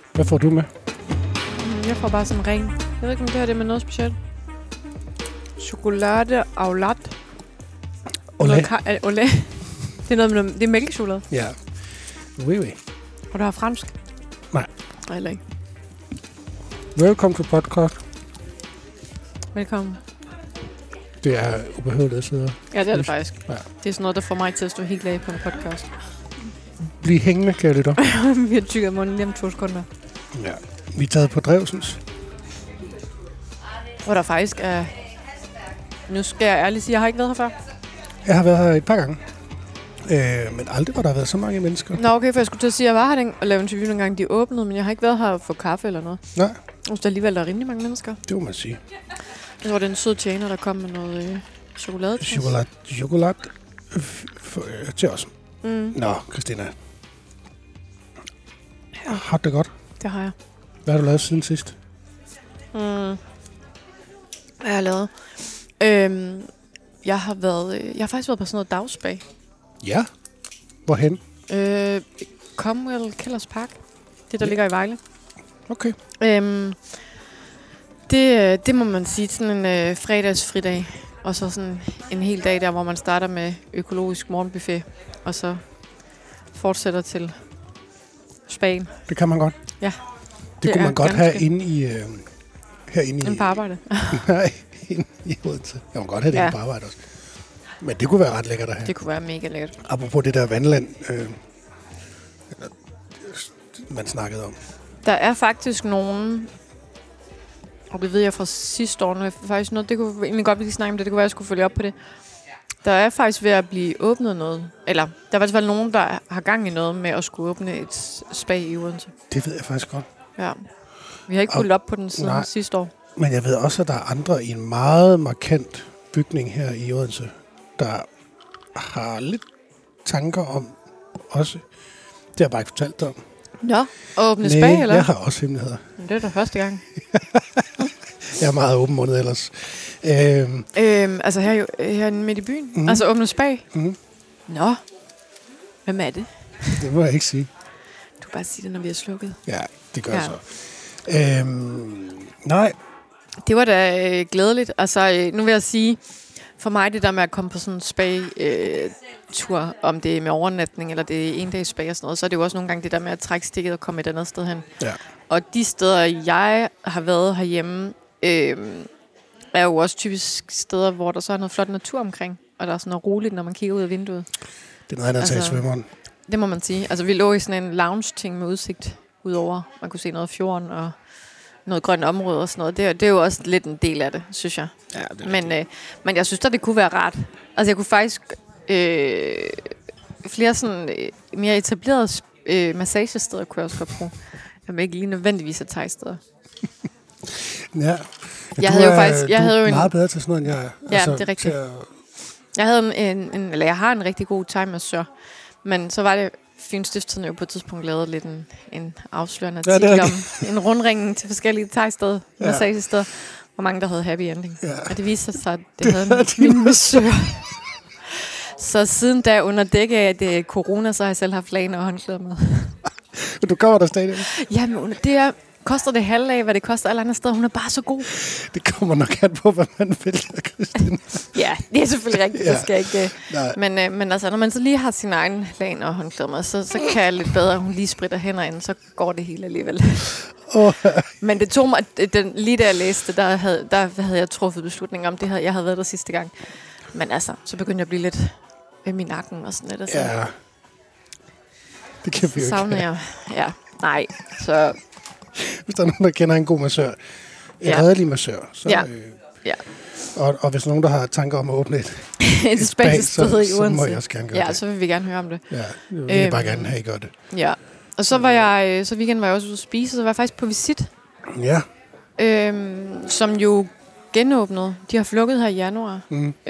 Hvad får du med? Jeg får bare sådan ren. Jeg ved ikke, om det her det er med noget specielt. Chokolade au lat. Olé. Olé. Det er noget med det er mælkechokolade. Ja. Oui, oui. Og du har fransk? Nej. Eller ikke. Velkommen til podcast. Velkommen. Det er ubehøveligt at sidde. Ja, det er det faktisk. Ja. Det er sådan noget, der får mig til at stå helt af på en podcast. Bliv hængende, kære lytter. Vi har tykket munden lige om 2 sekunder. Ja. Vi er taget på Drevsens. Hvor der faktisk er... Nu skal jeg ærligt sige, jeg har ikke været her før. Jeg har været her et par gange. Men aldrig var der været så mange mennesker. Nå, okay, for jeg skulle til at sige, at jeg var her og lavede interview nogle gange, de åbnede, men jeg har ikke været her og få kaffe eller noget. Nej. Jeg synes, der alligevel er rimelig mange mennesker. Det må man sige. Så var det en sød tjener, der kom med noget chokolade til os. Chokolade til os. Mm. Nå, Christina. Ja. Har du det godt? Det har jeg. Hvad har du lavet siden sidst? Hvad har jeg lavet? Jeg har faktisk været på sådan noget dagsbag. Ja. Hvorhen? Comwell Kellers Park. Det, der ligger i Vejle. Okay. Det må man sige, sådan en fredagsfridag. Og så sådan en hel dag der, hvor man starter med økologisk morgenbuffet. Og så fortsætter til Spanien. Det kan man godt. Ja. Det kunne man godt have inde i... herinde en på arbejde. Nej, inde i Odense. Jeg må godt have det inde på arbejde også. Men det kunne være ret lækkert at have. Det kunne være mega lækkert. Apropos det der vandland, man snakkede om. Der er faktisk nogen, og det ved jeg fra sidste år, nu faktisk noget, det kunne egentlig godt, vi kan snakke om det, det kunne være, at jeg skulle følge op på det. Der er faktisk ved at blive åbnet noget, eller der er faktisk nogen, der har gang i noget med at skulle åbne et spa i Odense. Det ved jeg faktisk godt. Ja. Vi har ikke fulgt op på den siden sidste år. Men jeg ved også, at der er andre i en meget markant bygning her i Odense, der har lidt tanker om også. Det har jeg bare ikke fortalt dig om. Nå, åbne spa, eller? Jeg har også hemmeligheder. Det er da første gang. Jeg er meget åben måned ellers. Altså her midt i byen? Mm. Altså åbne spa? Mm. Nå, hvem er det? Det må jeg ikke sige. Du kan bare sige det, når vi er slukket. Ja, det gør jeg så. Nej. Det var da glædeligt. Altså, nu vil jeg sige, for mig det der med at komme på sådan en spa-tur, om det er med overnatning, eller det er en dags spa og sådan noget, så er det jo også nogle gange det der med at trække stikket og komme et andet sted hen. Ja. Og de steder, jeg har været herhjemme, er jo også typisk steder, hvor der så er noget flot natur omkring, og der er sådan noget roligt, når man kigger ud af vinduet. Det er noget andet at tage i svømmeren. Det må man sige. Altså, vi lå i sådan en lounge-ting med udsigt udover. Man kunne se noget af fjorden og noget grønt område og sådan noget. Det er jo også lidt en del af det, synes jeg. Ja, det men jeg synes da, det kunne være rart. Altså, jeg kunne faktisk flere sådan mere etablerede massagesteder kunne jeg også godt bruge. Jeg vil ikke lige nødvendigvis at thai-steder. Ja. Jeg havde jo meget bedre til sådan noget, end jeg er. Ja, altså, det er rigtigt. Jeg har en rigtig god thai-massør, men så var det Fyns Stiftstidende jo på et tidspunkt lavet lidt en afslørende artikel om en rundringning til forskellige thai-steder, massagesteder, hvor mange der havde happy ending. Ja. Og det viste sig, at det havde min massør. Så siden da under dække af det corona, så har jeg selv haft lagen og håndklæder med. Du kommer der stadig? Jamen, koster det halve af, hvad det koster alle andre steder. Hun er bare så god. Det kommer nok an på, hvad man vil, Christine. Ja, det er selvfølgelig rigtigt. Det skal ikke. Men altså, når man så lige har sin egen lagen og håndklæder med, så kan jeg lidt bedre, hun lige spritter hænder ind, så går det hele alligevel. Men det tog mig, lige da jeg læste, der havde jeg truffet beslutning om det her. Jeg havde været der sidste gang. Men altså, så begyndte jeg at blive lidt ved min nakken og sådan lidt. Ja. Det kan vi jo ikke. Savner jeg. Ja, nej. Så hvis der er nogen, der kender en god massør, en redelig massør, så, og hvis nogen, der har tanker om at åbne et spa, så må jeg også gerne gøre det. Ja, så vil vi gerne høre om det. Ja, jeg vil bare gerne have, I gør det. Ja, og så var jeg, så weekenden var jeg også ude at spise, så var jeg faktisk på visit. Ja. Som jo genåbnede. De har lukket her i januar.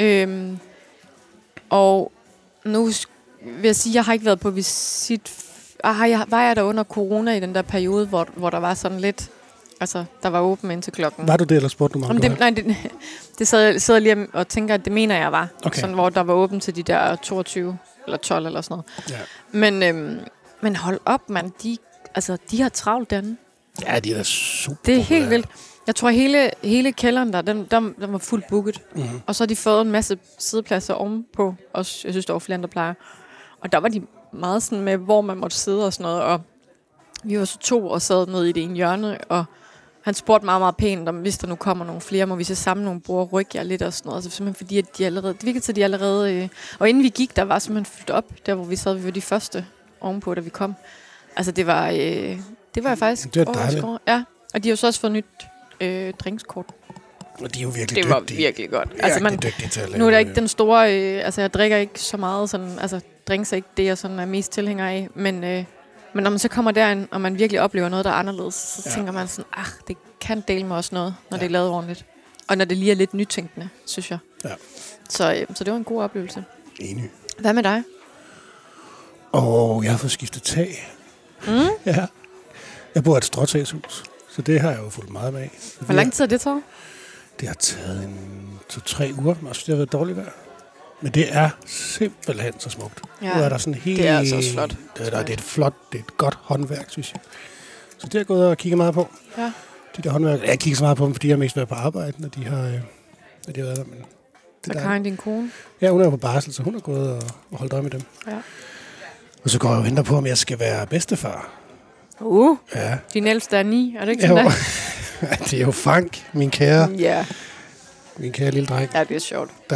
Og nu vil jeg sige, jeg har ikke været på visit. Var jeg der under corona i den der periode, hvor der var sådan lidt... Altså, der var åben indtil klokken. Var du det, eller spurgte du mig? Nej, det sidder lige og tænker, at det mener jeg var. Okay. Sådan, hvor der var åben til de der 22 eller 12 eller sådan noget. Ja. Men hold op, mand. De har travlt derinde. Ja, de er da super. Det er helt vildt. Jeg tror, hele kælderen der, den var fuldt booket. Mm-hmm. Og så har de fået en masse sidepladser ovenpå. Også, jeg synes, der var flere, der plejer. Og der var de meget sådan med, hvor man måtte sidde og sådan noget. Og vi var så 2 og sad nede i det ene hjørne. Og han spurgte meget, meget pænt, om hvis der nu kommer nogle flere, må vi så sammen nogle bord og rykke jer lidt og sådan noget. Altså, simpelthen fordi, at det virkede til, de allerede... og inden vi gik, der var simpelthen fyldt op. Der, hvor vi sad, vi var de første ovenpå, da vi kom. Altså, det var faktisk... Det var dejligt. Ja, og de har jo så også fået nyt drinkskort. Og de er jo virkelig dygtige. Det var virkelig godt. Altså, man, dygtige til at lave. Nu er der ikke den store... altså, jeg drikker ikke så meget sådan... Altså, drinks er ikke det, jeg sådan er mest tilhænger af. Men når man så kommer derind, og man virkelig oplever noget, der er anderledes, så tænker man sådan, det kan dele med også noget, når det er lavet ordentligt. Og når det lige er lidt nytænkende, synes jeg. Ja. Så det var en god oplevelse. Enig. Hvad med dig? Jeg har fået skiftet tag. Ja. Jeg bor i et stråtagshus, så det har jeg jo fulgt meget med af. Hvor lang tid har det taget? Det har taget 2-3 uger, og det har været dårligt vejr. Men det er simpelthen så smukt. Ja, nu er der sådan helt, det er altså flot. Det er et flot, det er et godt håndværk, synes jeg. Så det har jeg gået og kigget meget på. Ja. De der håndværk, jeg kigger så meget på dem, fordi jeg har mest været på arbejde, når de har været der. Men så Karin, din kone? Ja, hun er på barsel, så hun har gået og holdt øje med dem. Ja. Og så går jeg og venter på, om jeg skal være bedstefar. Ja. Din ældste er 9, er det ikke sådan der? Det er jo Frank, min kære. Ja. Min kære lille dreng. Ja, det er sjovt. Der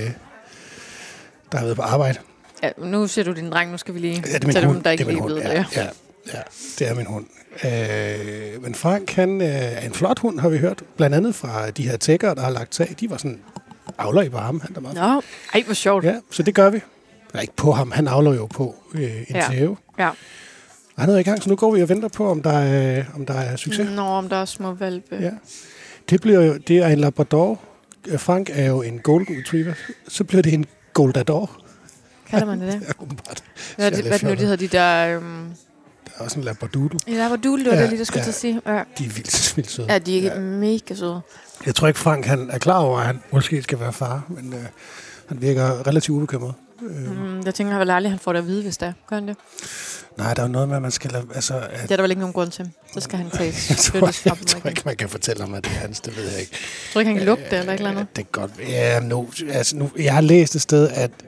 har været på arbejde. Ja, nu ser du din dreng, nu skal vi lige tage dem, der ikke lige ved det. Ja, det er min hund. Men Frank, han er en flot hund, har vi hørt. Blandt andet fra de her tækkere, der har lagt tag. De var sådan avler i varme. Han der meget. Nå, ej, hvor sjovt. Ja, så det gør vi. Nej, ikke på ham. Han avler jo på en tæve. Ja. Og han er i gang, så nu går vi og venter på, om der er succes. Om der er små valpe. Ja. Det er en Labrador. Frank er jo en Golden Retriever. Så bliver det en Goldador. Kalder man det? Ja, hvad nu, de hedder de der... Der er også en Labradoodle. En Labradoodle, det var det lige, der skulle til at sige. Ja. De er vildt søde. Ja, de er mega søde. Jeg tror ikke, Frank han er klar over, at han måske skal være far, men han virker relativt ubekymret. Jeg tænker vel aldrig, han får det at vide, hvis det er. Gør han det? Nej, der er jo noget med, at man skal lade... Altså, det er der vel ikke nogen grund til. Så skal han tages. Jeg tror ikke, man kan fortælle ham, at det er hans. Det ved jeg ikke. Jeg tror ikke, han kan lugte det eller et eller andet? Det er godt. Ja, nu, jeg har læst et sted,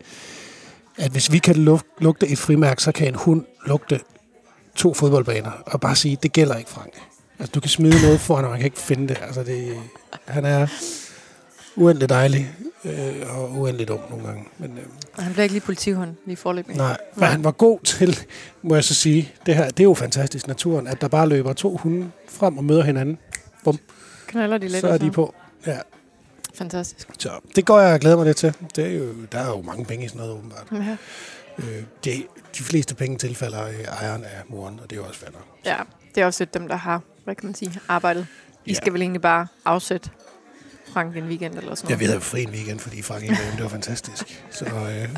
at hvis vi kan lugte et frimærk, så kan en hund lugte 2 fodboldbaner. Og bare sige, det gælder ikke, Frank. Altså, du kan smide noget foran, og man kan ikke finde det. Altså, han er uendelig dejlig. Og uendeligt ung nogle gange. Men, han bliver ikke lige politihund lige forløbig. Nej, for han var god til, må jeg så sige, det her, det er jo fantastisk naturen, at der bare løber 2 hunde frem og møder hinanden. Bum. Knaller de lidt. Så er de på. Ja. Fantastisk. Så det går jeg og glæder mig lidt til. Det er jo, der er jo mange penge i sådan noget, åbenbart. Ja. De fleste penge tilfalder ejeren af moren, og det er jo også fair nok. Ja, det er også lidt dem, der har, hvad kan man sige, arbejdet. I skal vel egentlig bare afsætte Frank en weekend eller sådan noget. Jeg ved, fri en weekend, fordi Frank ikke var hjemme. Det var fantastisk. Så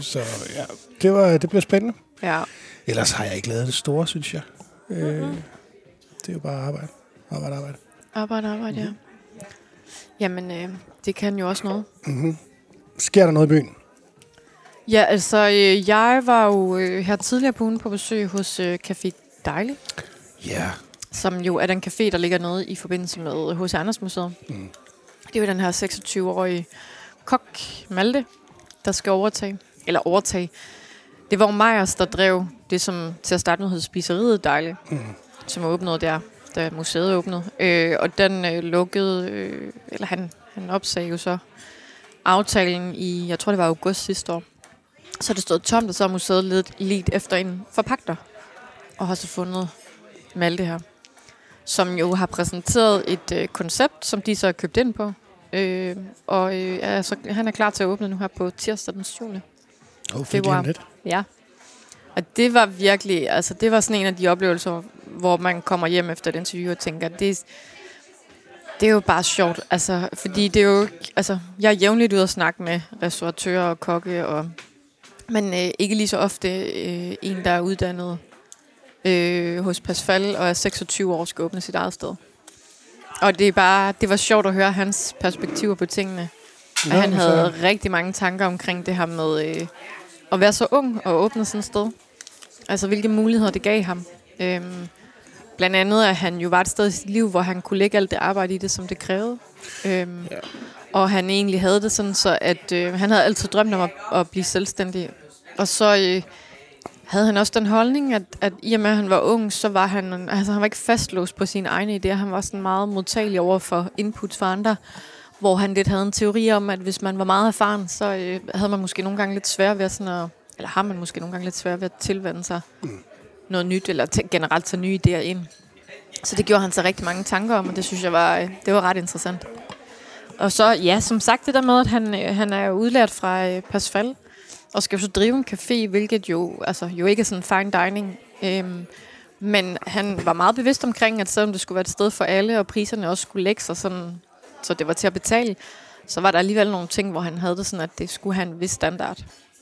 ja, det bliver spændende. Ja. Ellers har jeg ikke lavet det store, synes jeg. Det er jo bare arbejde. Arbejde, ja. Jamen, det kan jo også noget. Mm-hmm. Sker der noget i byen? Ja, altså, jeg var jo her tidligere på ugen på besøg hos Café Dejlig. Ja. Som jo er den café, der ligger nede i forbindelse med H.C. Anders Museet. Mm. Det er jo den her 26-årige kok, Malte, der skal overtage. Det var jo Meyers, der drev det, som til at starte med hed Spiseriet Dejlig, som åbnede der, da museet åbnede. Og den lukkede, eller han opsagde jo så aftalen i, jeg tror det var august sidste år. Så det stod tomt, og så har museet ledt efter en forpagter, og har så fundet Malte her, som jo har præsenteret et koncept, som de så har købt ind på. Så han er klar til at åbne nu her på tirsdag den 7. februar. Ja. Og det var virkelig, altså det var sådan en af de oplevelser, hvor man kommer hjem efter et interview og tænker, det er jo bare sjovt. Altså, fordi det er jo, altså, jeg er jævnligt ude at snakke med restauratører og kokke, men ikke lige så ofte en, der er uddannet hos Pasfal og er 26 år, skal åbne sit eget sted. Og det var sjovt at høre hans perspektiver på tingene. Og han havde rigtig mange tanker omkring det her med at være så ung og åbne sådan et sted. Altså hvilke muligheder det gav ham. blandt andet, at han jo var et sted i sit liv, hvor han kunne lægge alt det arbejde i det, som det krævede. Og han egentlig havde det sådan, så at han havde altid drømt om at blive selvstændig. Og så havde han også den holdning, at i og med, at han var ung, så var han var ikke fastlåst på sine egne idéer. Han var sådan meget modtagelig over for inputs fra andre, hvor han lidt havde en teori om, at hvis man var meget erfaren, så havde man måske nogle gange lidt svært ved eller har man måske nogle gange lidt svært ved at tilvande sig noget nyt, eller generelt tage nye idéer ind. Så det gjorde han sig rigtig mange tanker om, og det synes jeg det var ret interessant. Og så, ja, som sagt det der med, at han er udlært fra Pasfal, og skal jo så drive en café, hvilket jo ikke er sådan fine dining. Men han var meget bevidst omkring, at selvom det skulle være et sted for alle, og priserne også skulle lægge sig sådan, så det var til at betale, så var der alligevel nogle ting, hvor han havde det sådan, at det skulle have en vis standard.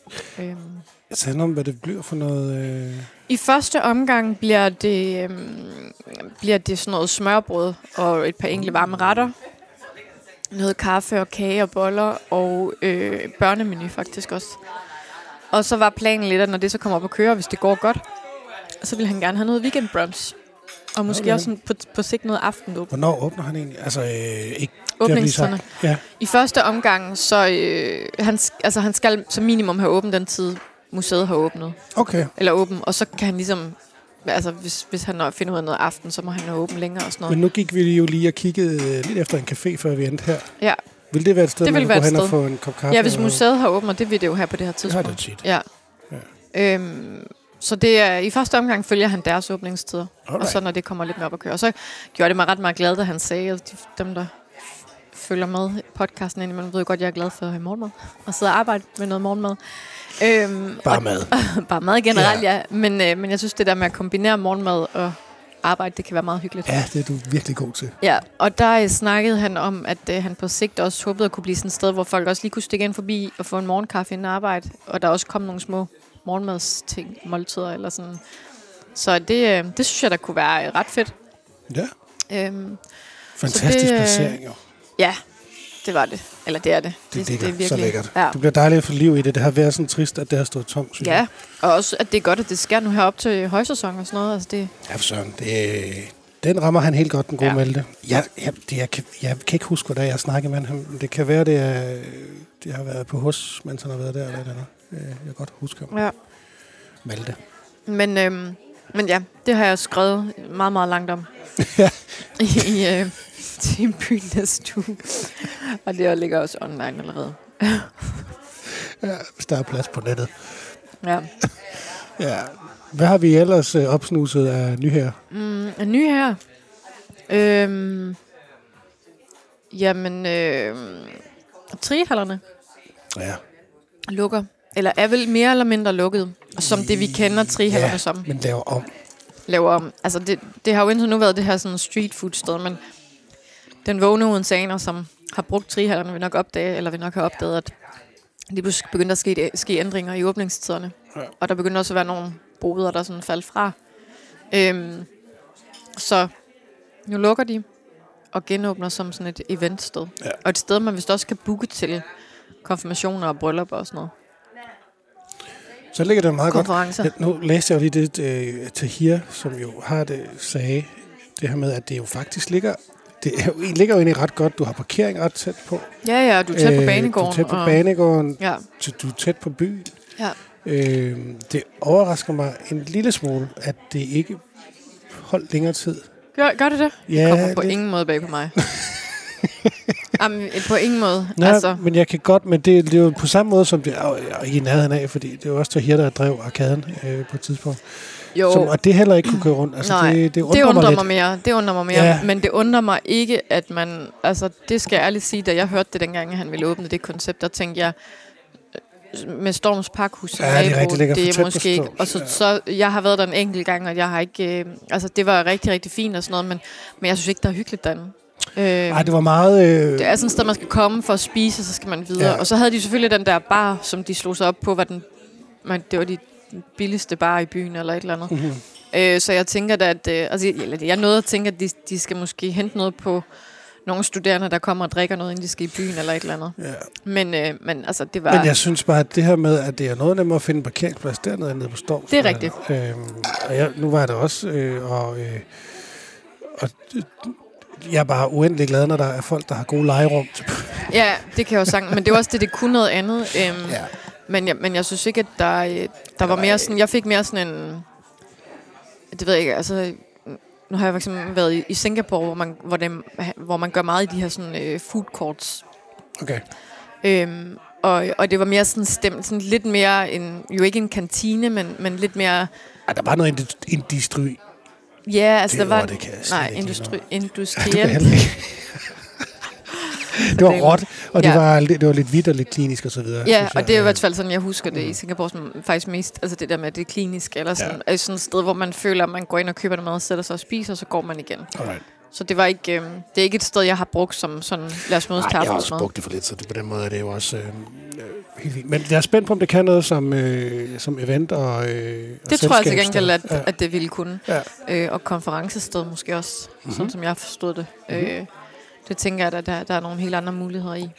Jeg taler om, hvad det bliver for noget... I første omgang bliver det sådan noget smørbrød og et par enkelte varme retter. Noget kaffe og kage og boller og børnemenu faktisk også. Og så var planen lidt, at når det så kommer op at køre, hvis det går godt, så vil han gerne have noget weekend brunch. Og måske også på sigt noget aftenåbent. Hvornår åbner han egentlig? Altså, ikke åbningstiderne. Ja. I første omgang, så han skal som minimum have åbent den tid, museet har åbnet. Okay. Eller åben, og så kan han ligesom... Altså, hvis han finder ud af noget aften, så må han have åben længere og sådan noget. Men nu gik vi jo lige og kiggede lidt efter en café, før vi endte her. Ja. Vil det være et sted, man kan gå hen og få en kop kaffe? Ja, hvis museet har åbent, og det vil det jo her på det her tidspunkt. Det har det tit. Ja. Så det er, i første omgang følger han deres åbningstider. Alright. Og så når det kommer lidt mere op at køre. Og så gjorde det mig ret meget glad, da han sagde, at dem, der følger med i podcasten indimellem, ved jo godt, at jeg er glad for morgenmad. Og sidde og arbejde med noget morgenmad. Bare mad. Bare mad generelt, ja. Men jeg synes, det der med at kombinere morgenmad og arbejde, det kan være meget hyggeligt. Ja, det er du virkelig god til. Ja, og der snakkede han om, at han på sigt også håbede at kunne blive sådan et sted, hvor folk også lige kunne stikke ind forbi og få en morgenkaffe inden arbejde. Og der også kom nogle små morgenmadsting, måltider eller sådan. Så det synes jeg, der kunne være ret fedt. Ja. Fantastisk placering, jo. Ja, det var det. Eller det er det. Det er virkelig så lækkert. Ja. Det bliver dejligt at få liv i det. Det har været sådan trist, at det har stået tomt, synes jeg. Og også, at det er godt, at det sker nu herop til højsæson og sådan noget. Altså det... Ja, for søren. Den rammer han helt godt, den gode Malte. Jeg kan ikke huske, hvad jeg snakkede med ham. Det kan være, det har været på hos, mens han har været der eller et andet. Jeg kan godt huske ham. Ja. Malte. Men ja, det har jeg skrevet meget, meget langt om. Ja. Til byen næste uge. Og det ligger også online allerede. Ja, hvis der er plads på nettet. Ja. Ja. Hvad har vi ellers opsnuset af nyheder? Af nyheder? Trihallerne lukker. Eller er vel mere eller mindre lukket. Som det vi kender trihallerne som. Men laver om. Altså det har jo indtil nu været det her sådan street food sted, men den vågne odenseaner, som har brugt trihallerne, vil nok have opdaget, at det begyndte at ske ændringer i åbningstiderne. Ja. Og der begyndte også at være nogle boder, der sådan faldt fra. Så nu lukker de og genåbner som sådan et eventsted. Ja. Og et sted, man vist også kan booke til konfirmationer og bryllupper og sådan noget. Så ligger det meget godt. Nu læste jeg jo lige det Tahir, som jo har sagde det her med, at det jo faktisk ligger jo egentlig ret godt. Du har parkering ret tæt på. Ja, du er tæt på banegården. Du er tæt på banegården. Ja. Du er tæt på byen. Ja. Det overrasker mig en lille smule, at det ikke holdt længere tid. Gør det? Ja, kommer på ingen måde bag på mig. Jamen, på ingen måde. Nej, altså. Men jeg kan godt, men det er jo på samme måde, som det er ikke i nærheden af, fordi det er jo også Tahir, der drev arkaden på et tidspunkt. Jo. Og det heller ikke kunne køre rundt. Altså, nej, det undrer mig mere. Det undrer mig mere, ja. Men det undrer mig ikke, at man... Altså, det skal jeg ærligt sige, da jeg hørte det dengang, han ville åbne det koncept, der tænkte jeg, med Storms Pakhus som nabo, det er måske ikke... Og så jeg har været der en enkelt gang, og jeg har ikke... altså, det var rigtig, rigtig fint og sådan noget, men jeg synes ikke, der er hyggeligt derinde. Nej, det var meget... Det er sådan et sted, man skal komme for at spise, og så skal man videre. Ja. Og så havde de selvfølgelig den der bar, som de slog sig op på, det var de billigste bar i byen, eller et eller andet. Mm-hmm. Så jeg tænker da, at... jeg nåede at tænke, at de skal måske hente noget på nogle studerende, der kommer og drikker noget, inden de skal i byen, eller et eller andet. Ja. Men altså, det var... Men jeg synes bare, at det her med, at det er noget nemmere at finde en parkeringsplads dernede på Storms. Det er rigtigt. Nu var jeg der også, Og jeg er bare uendelig glad, når der er folk, der har gode legerum. Ja, det kan jeg jo sige. Men det er også det kunne noget andet. Men jeg synes ikke, at der var mere sådan... Jeg fik mere sådan en... Det ved jeg ikke, altså... Nu har jeg for eksempel været i Singapore, hvor man gør meget i de her sådan, food courts. Okay. Og det var mere sådan stemt, sådan lidt mere jo ikke en kantine, men lidt mere... Der var noget industri. Ja, altså der var... industrielt. Det var råt, og det var lidt hvidt og lidt klinisk og så videre. Ja, og det er i hvert fald sådan, jeg husker det i Singapore, som faktisk mest, altså det der med det kliniske, eller sådan, sådan et sted, hvor man føler, at man går ind og køber noget mad, sætter sig og spiser, og så går man igen. Alright. Så det var ikke, det er ikke et sted, jeg har brugt som sådan, lad os mødes til aftensmad. Jeg har også brugt det for lidt, så det, på den måde er det jo også helt fint. Men jeg er spændt på, om det kan noget som event og det tror jeg til gengæld, at det ville kunne. Ja. Og konferencested måske også, sådan som jeg har forstået det. Det tænker jeg, at der er nogle helt andre muligheder i.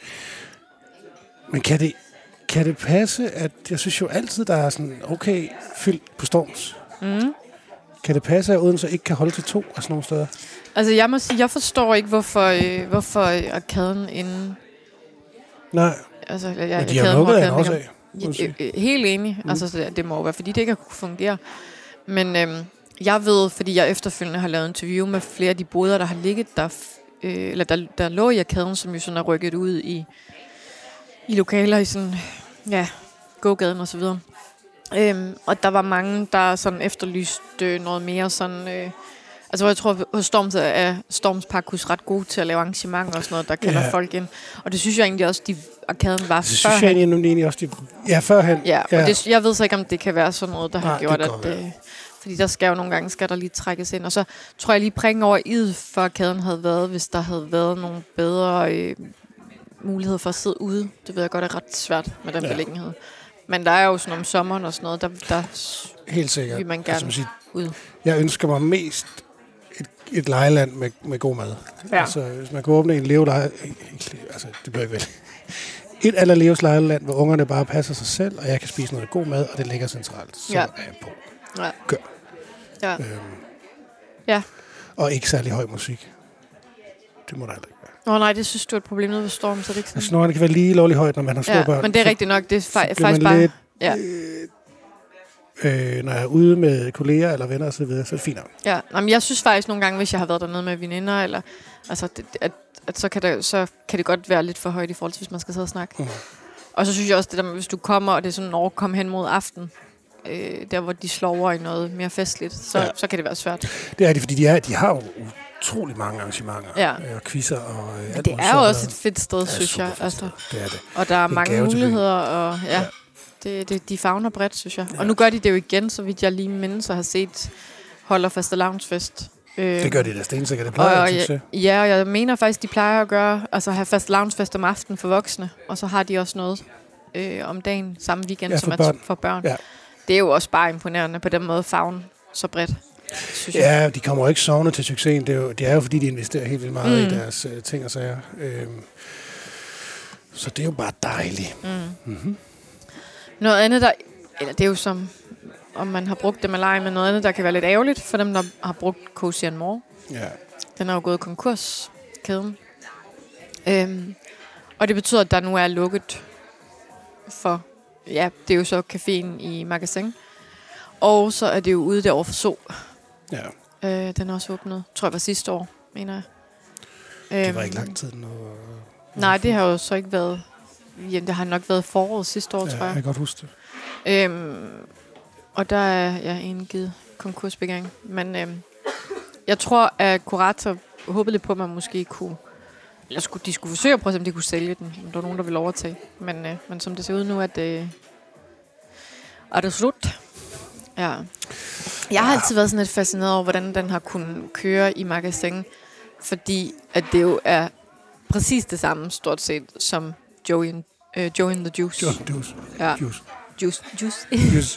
Men kan det passe, at jeg synes jo altid, der er sådan okay fyldt på Storms? Kan det passe, at Odense ikke kan holde til 2 af sådan nogle steder? Altså jeg må sige, jeg forstår ikke, hvorfor arkaden inden... Nej, altså, men de har lukket af en årsag. Helt enig. Altså, det må jo være, fordi det ikke har kunnet fungere. Men jeg ved, fordi jeg efterfølgende har lavet interview med flere af de boder, der har ligget der... eller der lå i arkaden, som jo sådan er rykket ud i lokaler i sådan, gågaden og så videre. Og der var mange, der sådan efterlyste noget mere sådan... altså, jeg tror, hos Storms er Storms Parkhus ret gode til at lave arrangementer og sådan noget, der kalder folk ind. Og det synes jeg egentlig også, arkaden var førhen. Det synes jeg egentlig også, førhen. Ja, og det, jeg ved så ikke, om det kan være sådan noget, der har gjort, at... fordi der skal jo nogle gange, skal der lige trækkes ind. Og så tror jeg lige prikken over id, for arkaden havde været, hvis der havde været nogle bedre muligheder for at sidde ude. Det ved jeg godt er ret svært med den beliggenhed. Men der er jo sådan om sommeren og sådan noget, der helt sikkert. Vil man gerne ud. Jeg ønsker mig mest et lejeland med god mad. Ja. Altså, hvis man kan åbne en leveleje... Altså, det bliver ikke vel. Et eller leves lejeland, hvor ungerne bare passer sig selv, og jeg kan spise noget god mad, og det ligger centralt. Så er jeg på. Ja. Gør. Ja. Ja. Og ikke særlig høj musik. Det må der heller ikke være. Nej, det synes du er et problem nede ved Storm, så det ikke sådan. Altså, det kan være lige lovligt højt, når man har små børn. Men det er rigtigt nok. Det er faktisk bare... Lidt, når jeg er ude med kolleger eller venner og så videre, så er det fint. Ja, men jeg synes faktisk nogle gange, hvis jeg har været dernede med veninder, eller, altså, så kan det godt være lidt for højt i forhold til, hvis man skal sidde og snakke. Og så synes jeg også, det der med, hvis du kommer, og det er sådan en kom hen mod aften, der hvor de slår over i noget mere festligt, så kan det være svært. Det er det, fordi de har jo utrolig mange arrangementer og quizzer og alt. Det er jo også et fedt sted, synes jeg. Altså. Det er det. Og der er mange muligheder, og de favner bredt, synes jeg. Ja. Og nu gør de det jo igen, så vidt jeg lige mindes og har set holder fastelavnsfest. Det gør de da stensikkert. Det plejer jeg succes. Ja, og jeg mener faktisk, de plejer at gøre, altså have fastelavnsfest om aftenen for voksne, og så har de også noget om dagen samme weekend, som er for børn. Ja. Det er jo også bare imponerende på den måde favne så bredt, synes jeg. Ja, de kommer jo ikke sovende til succesen. Det er jo fordi, de investerer helt vildt meget i deres ting og sager. Så det er jo bare dejligt. Noget andet, eller det er jo som, om man har brugt det med leje, men noget andet, der kan være lidt ærgerligt for dem, der har brugt Cozy & More. Ja. Den er jo gået konkurs, kæden. Og det betyder, at der nu er lukket for, det er jo så caféen i Magasin. Og så er det jo ude derovre for So. Ja. Den er også åbnet, tror jeg var sidste år, mener jeg. Det var ikke lang tid nu. Nej, det har jo så ikke været... Jamen, det har nok været foråret sidste år, tror jeg. Jeg kan godt huske det. Og der er indgivet konkursbegæring. Men jeg tror, at Kurator håbede lidt på, at man måske kunne... de skulle forsøge at prøve, om de kunne sælge den. Om der var nogen, der ville overtage. Men som det ser ud nu, er det slut. Ja. Jeg har altid været sådan lidt fascineret over, hvordan den har kunnet køre i Magasin. Fordi at det jo er præcis det samme, stort set, som Joey and the Juice. Juice. Ja. Juice.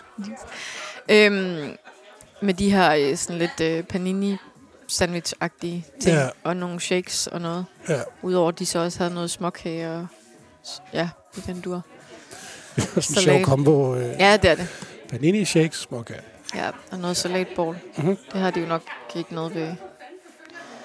Med de her sådan lidt panini sandwich-agtige ting, og nogle shakes og noget. Ja. Udover de så også havde noget småkage og i den dur. Sådan en sjov kombo. Ja, det er det. Panini shakes, småkage. Ja, og noget salatbowl. Det har de jo nok ikke noget ved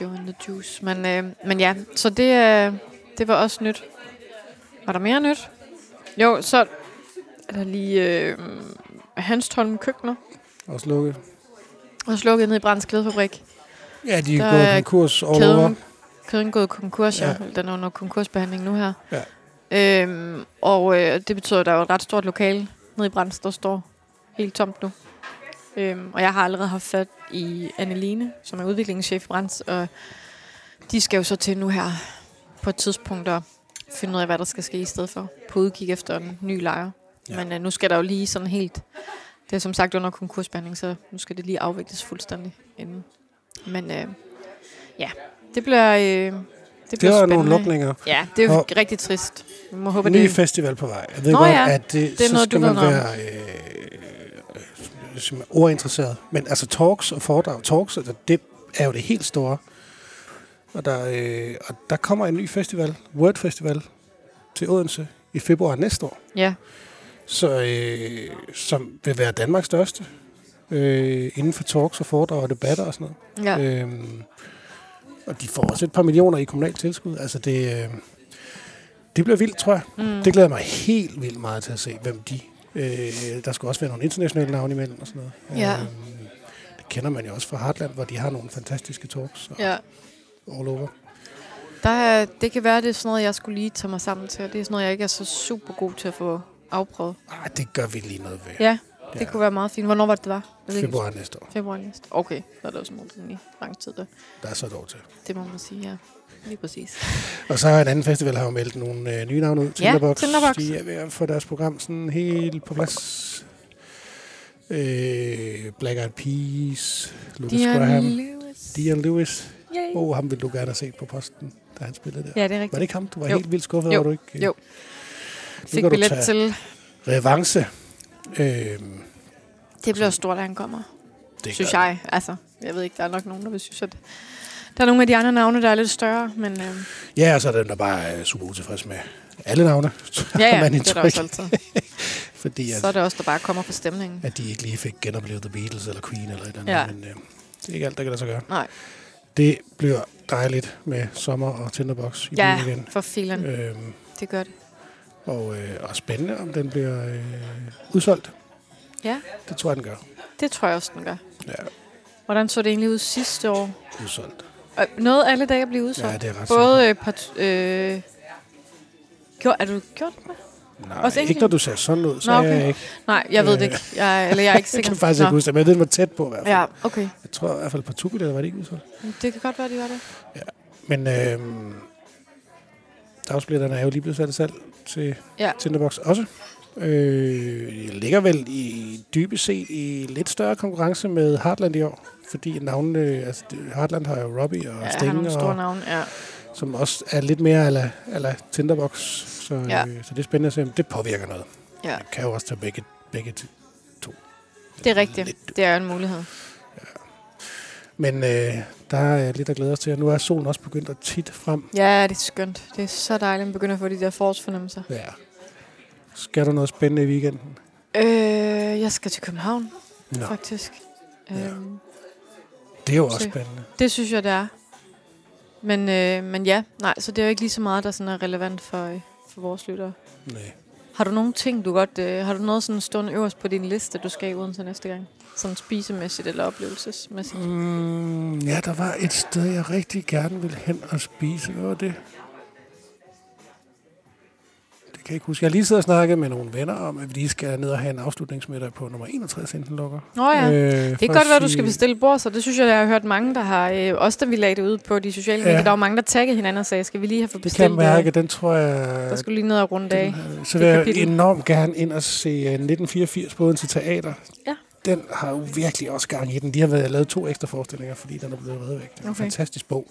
Joe and the Juice. Men ja, så det var også nyt. Var der mere nyt? Jo, så er der lige Hanstholm Køkkener. Også lukket. Også lukket ned i Brands Klædefabrik. Ja, de er gået konkurs all over. Kæden gået konkurs, ja. Den er under konkursbehandling nu her. Ja. Det betyder, at der er et ret stort lokale nede i Brands, der står helt tomt nu. Og jeg har allerede haft fat i Anneline, som er udviklingschef i Brands, og de skal jo så til nu her på et tidspunkt at finde ud af, hvad der skal ske i stedet for. På udkig efter en ny lejer. Ja. Men nu skal der jo lige sådan helt... Det er som sagt under konkursbehandling, så nu skal det lige afvikles fuldstændig inden. Men ja, det bliver det var nogle lukninger. Ja, det er jo rigtig trist. Vi må håbe, ny festival på vej. Jeg ved godt, at det er så noget, skal man være ordinteresseret. Men altså talks og foredrag. Talks, altså, det er jo det helt store. Og der kommer en ny festival, Word Festival, til Odense i februar næste år. Ja. Så, som vil være Danmarks største inden for talks og foredrag og debatter og sådan noget. Ja. Og de får også et par millioner i kommunalt tilskud. Altså det bliver vildt, tror jeg. Det glæder mig helt vildt meget til at se, hvem de... der skal også være nogle internationale navne imellem og sådan noget. Ja. Det kender man jo også fra Heartland, hvor de har nogle fantastiske talks. Ja. All over. Det kan være, det er sådan noget, jeg skulle lige tage mig sammen til. Det er sådan noget, jeg ikke er så super god til at få afprøvet. Det gør vi lige noget ved. Ja, det kunne være meget fint. Hvornår var det var? Februar næste år. Februar næste år. Okay, så er det også i lang tid. Der er så et år til. Det må man sige, ja. Lige præcis. Og så har en anden festival har jo meldt nogle nye navne ud. Tinderbox. Tinderbox. De er ved at få deres program sådan helt på plads. Black Eyed Peas, Lucas Graham, Dion Lewis. Ham ville du gerne have set på posten, da han spillede der. Ja, det er rigtigt. Var det ikke ham? Du var helt vildt skuffet over, du ikke... Jo. Fik billet til... Revanche. Det bliver stort, at han kommer. Det synes jeg. Altså, jeg ved ikke, der er nok nogen, der vil synes, at... Der er nogle af de andre navne, der er lidt større, men... Ja, og så er dem, der bare er super utilfreds med alle navne. Ja, det er der også altid. Fordi, så er det også, der bare kommer for stemningen. At de ikke lige fik genoplevet The Beatles eller Queen eller et eller andet. Men det er ikke alt, der kan lade sig gøre. Nej. Det bliver dejligt med sommer og Tinderbox i byen igen. Ja, for filen. Det gør det. Og spændende, om den bliver udsolgt. Ja. Det tror jeg, den gør. Det tror jeg også, den gør. Ja. Hvordan så det egentlig ud sidste år? Udsolgt. Noget alle dage at blive udsolgt? Ja, det er ret er du gjort det? Nej, ikke når du ser sådan ud, så er jeg ikke. Nej, jeg ved det ikke. Jeg er ikke sikker. Jeg kan faktisk ikke huske det, men jeg ved, den var tæt på i hvert fald. Ja, okay. Jeg tror i hvert fald på Turbilletter var det ikke udsolgt. Det kan godt være, de var det. Ja, men dagsbilletterne er jo lige blevet sat i salg til Tinderbox også. Ligger vel dybest set i lidt større konkurrence med Heartland i år, fordi navnene, altså Heartland har jo Robbie og Sting, har nogle store navne, som også er lidt mere ala Tinderbox, så det er spændende at se, om det påvirker noget. Ja. Jeg kan jo også tage begge to. Det er rigtigt. Det er en mulighed. Ja. Men der er lidt at glæde os til, og nu er solen også begyndt at titte frem. Ja, det er skønt. Det er så dejligt, at man begynder at få de der forårsfornemmelser. Ja. Skal der noget spændende i weekenden? Jeg skal til København, faktisk. Ja. Det er jo også spændende. Det synes jeg, det er. Men ja, nej, så det er jo ikke lige så meget, der sådan er relevant for vores lyttere. Nej. Har du nogle ting, har du noget sådan stående øverst på din liste, du skal i Odense næste gang? Sådan spisemæssigt eller oplevelsesmæssigt? Ja, der var et sted, jeg rigtig gerne ville hen og spise. Hvad var det? Det kan jeg ikke huske. Jeg har lige siddet og snakket med nogle venner om, at vi lige skal ned og have en afslutningsmiddag på nummer 61, inden den lukker. Det kan godt være, at du skal bestille bord, så det synes jeg, jeg har hørt mange, der har... også da vi lagde det ud på de sociale medier, der var mange, der taggede hinanden og sagde, skal vi lige have fået bestilt... Det kan jeg mærke, den tror jeg... Der skulle lige ned og runde af. Så vil jeg enormt gerne ind og se 1984 på Odense Teater. Ja. Den har jo virkelig også gang i den. De har lavet 2 ekstra forestillinger, fordi den er blevet reddet væk. Det er en fantastisk bog.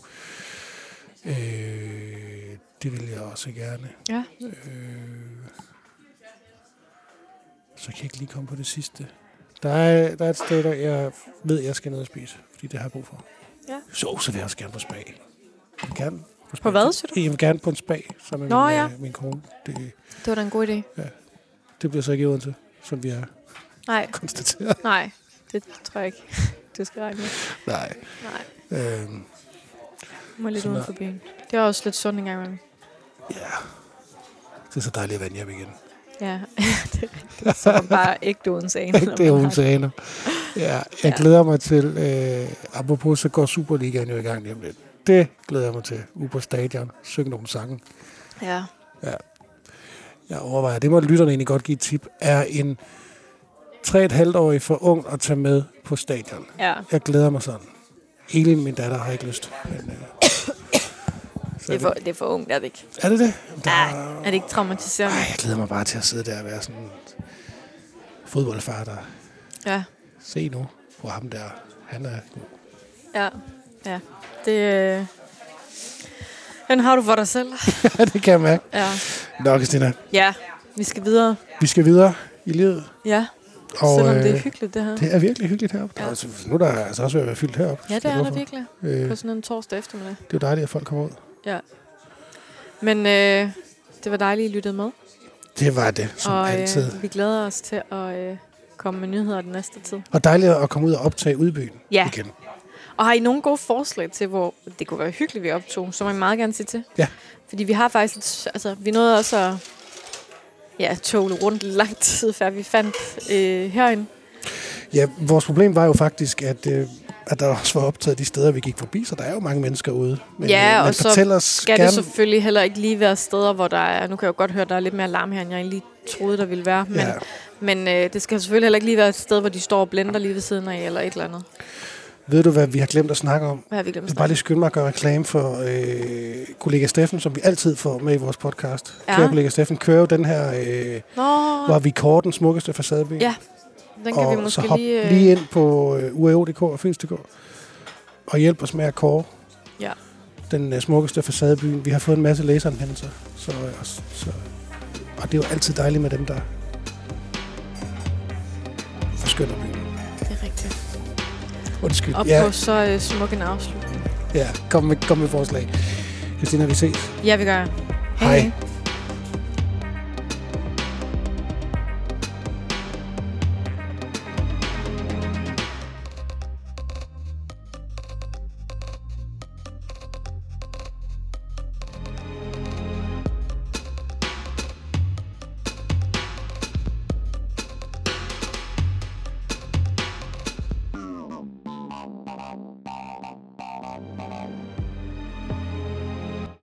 Det vil jeg også gerne. Ja. Så kan jeg ikke lige komme på det sidste. Der er et sted, der jeg ved, jeg skal ned og spise, fordi det har jeg brug for. Ja. Så vil jeg også gerne på spa. På hvad, siger du? Jeg vil gerne på en spa sammen med min kone. Det var da en god idé. Ja. Det bliver så ikke i Odense, som vi har konstateret. Nej, det tror jeg ikke. Du skal regne med. Nej. Må lidt uden for byen. Det er også lidt sundt en gang imellem. Ja. Det er så dejligt at vende hjem igen. Ja, det er rigtigt. Så er bare ægte odens aner. Ægte odens aner. Ja, jeg glæder mig til, apropos, så går Superligaen jo i gang lige om lidt. Det glæder jeg mig til. Ude på stadion. Synge nogle sange. Ja. Jeg overvejer, det må lytterne egentlig godt give et tip, er en 3,5-årig for ung at tage med på stadion. Ja. Jeg glæder mig sådan. Elin, min datter, har ikke lyst. Men, det er for ung, det er det ikke. Er det det? Nej, er det ikke traumatiserende? Jeg glæder mig bare til at sidde der og være sådan en fodboldfar, der... Ja. Se nu på ham der. Han er god. Ja. Det... Den har du for dig selv. Ja, det kan jeg mærke. Ja. Nå, Christina. Ja, vi skal videre. Vi skal videre i livet. Ja, og, selvom det er hyggeligt, det her. Det er virkelig hyggeligt heroppe. Ja. Nu er der altså også ved at være fyldt heroppe. Ja, det er der virkelig. På sådan en torsdag eftermiddag. Det er jo dejligt, at folk kommer ud. Ja. Men det var dejligt, at I lyttede med. Det var det, som altid. Vi glæder os til at komme med nyheder den næste tid. Og dejligt at komme ud og optage Udbyen igen. Og har I nogle gode forslag til, hvor det kunne være hyggeligt, vi optog, så må I meget gerne sige til. Ja. Fordi vi har faktisk, vi nåede også at tåle rundt lang tid, før vi fandt herinde. Ja, vores problem var jo faktisk, at der også var optaget de steder, vi gik forbi, så der er jo mange mennesker ude. Men, ja, og så skal det selvfølgelig heller ikke lige være steder, hvor der er, nu kan jeg jo godt høre, der er lidt mere larm her, end jeg egentlig troede, der ville være. Men det skal selvfølgelig heller ikke lige være et sted, hvor de står og blender lige ved siden af, eller et eller andet. Ved du, hvad vi har glemt at snakke om? Hvad har vi glemt at snakke om? Jeg vil bare lige skynde mig at gøre reklame for kollega Steffen, som vi altid får med i vores podcast. Ja. Kære kollega Steffen, kører jo den her, hvor vi kårer den smukkeste facadeby. Ja, den kan og vi måske så lige ind på UAO.dk og Fyns.dk og hjælp os med at kåre den smukkeste facadeby. Vi har fået en masse læseranvendelser, og det er jo altid dejligt med dem, der forskynder byen. Det er rigtigt. Undskyld. Og på så smuk en afslutning. Ja, kom med forslag. Christina, vi ses. Ja, vi gør. Hej.